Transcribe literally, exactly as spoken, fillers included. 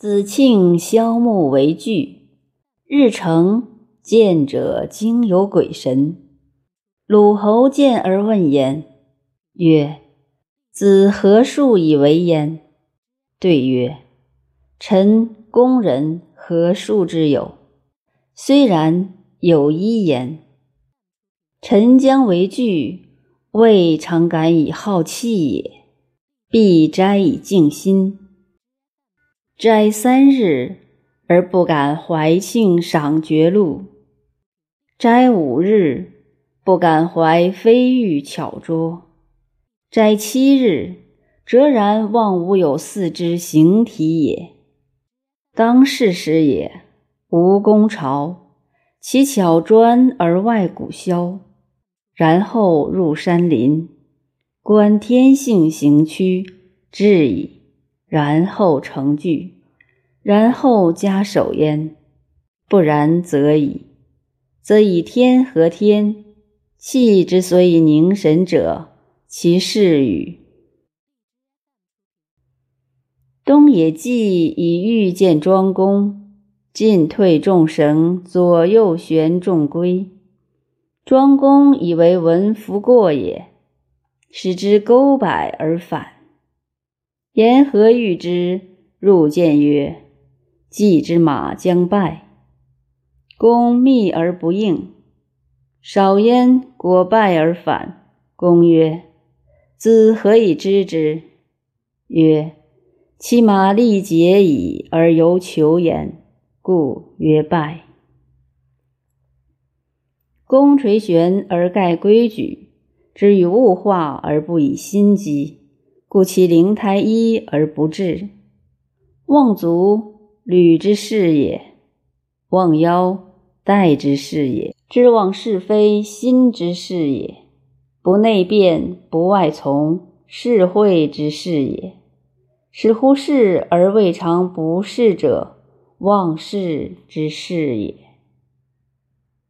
子庆萧木为具，日成见者惊有鬼神。鲁侯见而问焉，曰：子何数以为焉？对曰：臣公人何数之有？虽然，有一焉。臣将为具，未尝敢以好气也，必斋以静心。斋三日，而不敢怀庆赏绝路；斋五日，不敢怀飞玉巧拙；斋七日，哲然望无有四之形体也。当世时也，无功朝，其巧专而外骨消，然后入山林，观天性行趋，至矣，然后成具，然后加守焉。不然则已，则以天合天，气之所以凝神者，其是与？东野稷以欲见庄公，进退众绳，左右旋众归。庄公以为文夫过也，使之钩摆而返。言何遇之？入见曰：稷之马将败。公密而不应。少焉，果败而返。公曰：子何以知之？曰：其马力竭矣，而犹求焉，故曰败。公垂玄而盖规矩，之与物化而不以心机，故其灵胎一而不治。望足，履之事也；望腰，带之事也；知望是非，心之事也；不内辩，不外从，是会之事也。使乎是而未尝不是者，忘事之事也。